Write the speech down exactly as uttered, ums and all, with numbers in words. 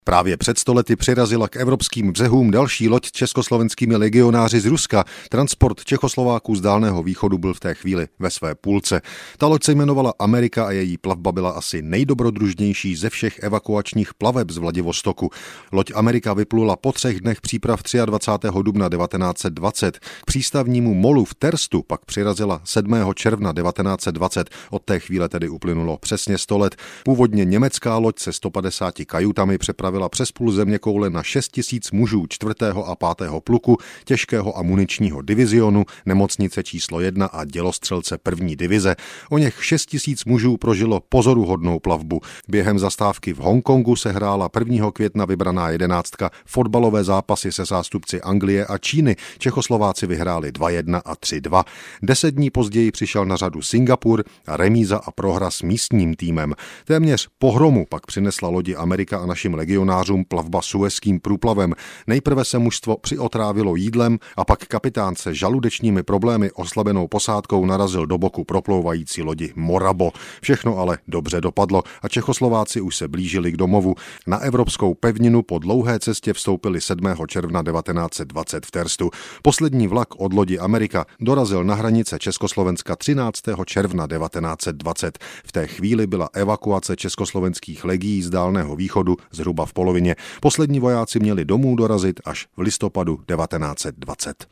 Právě před sto lety přirazila k evropským břehům další loď československými legionáři z Ruska. Transport Čechoslováků z Dálného východu byl v té chvíli ve své půlce. Ta loď se jmenovala Amerika a její plavba byla asi nejdobrodružnější ze všech evakuačních plaveb z Vladivostoku. Loď Amerika vyplula po třech dnech příprav dvacátého třetího dubna devatenáct set dvacet. K přístavnímu molu v Terstu pak přirazila sedmého června devatenáct set dvacet. Od té chvíle tedy uplynulo přesně sto let. Původně německá loď se sto padesáti kajutami přepravila přes půl zeměkoule na šest tisíc mužů čtvrtého a pátého pluku, těžkého a muničního divizionu, nemocnice číslo jedna a dělostřelce první divize. O něch šest tisíc mužů prožilo pozoruhodnou plavbu. Během zastávky v Hongkongu se hrála prvního května vybraná jedenáctka, fotbalové zápasy se zástupci Anglie a Číny. Čechoslováci vyhráli dva jedna a tři dva. Deset dní později přišel na řadu Singapur a remíza a prohra s místním týmem. Téměř pohromu pak přinesla lodi Amerika a našim legionářům plavba Suezským průplavem. Nejprve se mužstvo přiotrávilo jídlem a pak kapitán se žaludečními problémy oslabenou posádkou narazil do boku proplouvající lodi Morabo. Všechno ale dobře dopadlo a Čechoslováci už se blížili k domovu. Na evropskou pevninu po dlouhé cestě vstoupili sedmého června devatenáct set dvacet v Terstu. Poslední vlak od lodi Amerika dorazil na hranice Československa třináctého června devatenáct set dvacet. V té chvíli byla evakuace československých legií z Dálného východu zhruba v polovině. Poslední vojáci měli domů dorazit až v listopadu devatenáct set dvacet.